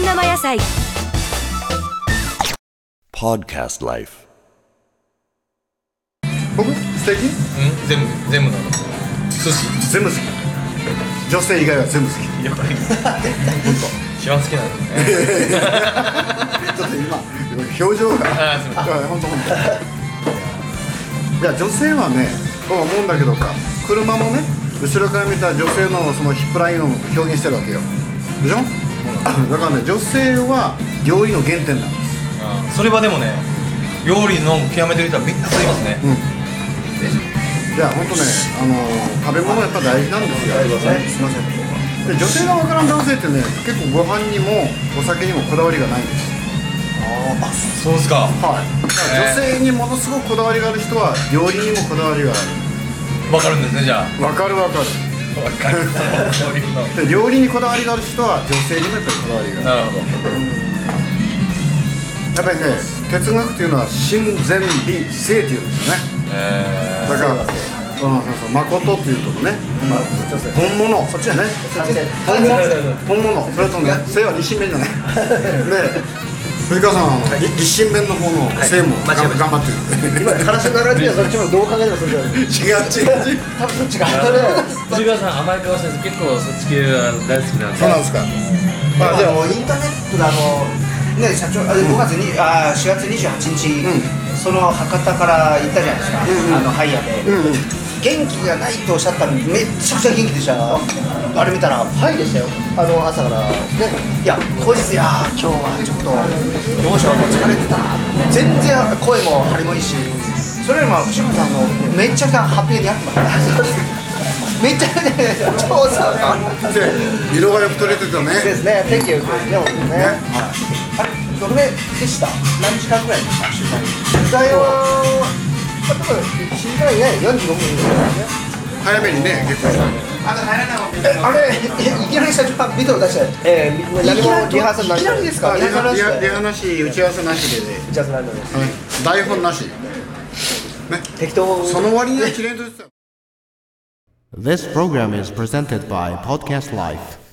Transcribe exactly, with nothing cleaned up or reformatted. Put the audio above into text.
生野菜。 Podcast Life。 僕素敵？ うん、全部全部なの。寿司全部好き。女性以外は全部好き。 よく一番好きなのね。 ちょっと今表情があーすみません。 本当本当。いや女性はね、僕思うんだけどか、車もね、後ろから見た女性のそのヒップラインを表現してるわけよ。でしょ？だからね、女性は料理の原点なんです。 あーそれはでもね、料理の極めてる人はみんなそう言いますね。 うん。いや本当ね、あの食べ物やっぱ大事なんですよ。すみません。で女性がわからん男性ってね、結構ご飯にもお酒にもこだわりがないんです。 ああ、そうですか。 はい。だから女性にものすごくこだわりがある人は料理にもこだわりがある。 わかるんですね、じゃあ。 わかるわかる。 わかる。料理の。 で料理にこだわりがある人は女性にもやっぱりこだわりがある。 なるほど。 やっぱりね、哲学っていうのは真善美正っていうんですよね。 えー、 だから、うん、そうそう、誠っていうとこね、本物、そっちだね。本物、本物、それとね、正は立身弁だね。で、藤川さん、立身弁の方の正も頑張ってる。 今からしかられてはそっちもどう考えてもそっちは違う違う違う。 多分そっちが藤川さん甘い顔して結構そっち系は大好きなんで。 そうなんですか。 まあでもインターネットであのね社長あれごがつにあしがつにじゅうはちにちその博多から行ったじゃないですか。あのハイヤで元気がないとおっしゃったのにめっちゃくちゃ元気でした。あれ見たらファイでしたよ。あの朝からね。いや当日いや今日はちょっとどうしようもう疲れてた。全然声も張りもいいし、それよりも藤川さんのめっちゃくちゃハッピーにやってました。めっちゃ超さで、色がよく取れてたね。 ですね。天気良くてね、本当にね。あれどれでした？何時間くらいでした？取材。取材は多分いちじかん以内よんじゅうごふんですよね。 早めにね、結構。 え、あれいきなり社長がビデオ出した。ええ、何もリハーサルなし。いきなりですか？ リハなし、打ち合わせなしで。 打ち合わせないのです。 台本なし。ね。 適当。 その割には綺麗としてた。 This program is presented by Podcast Life.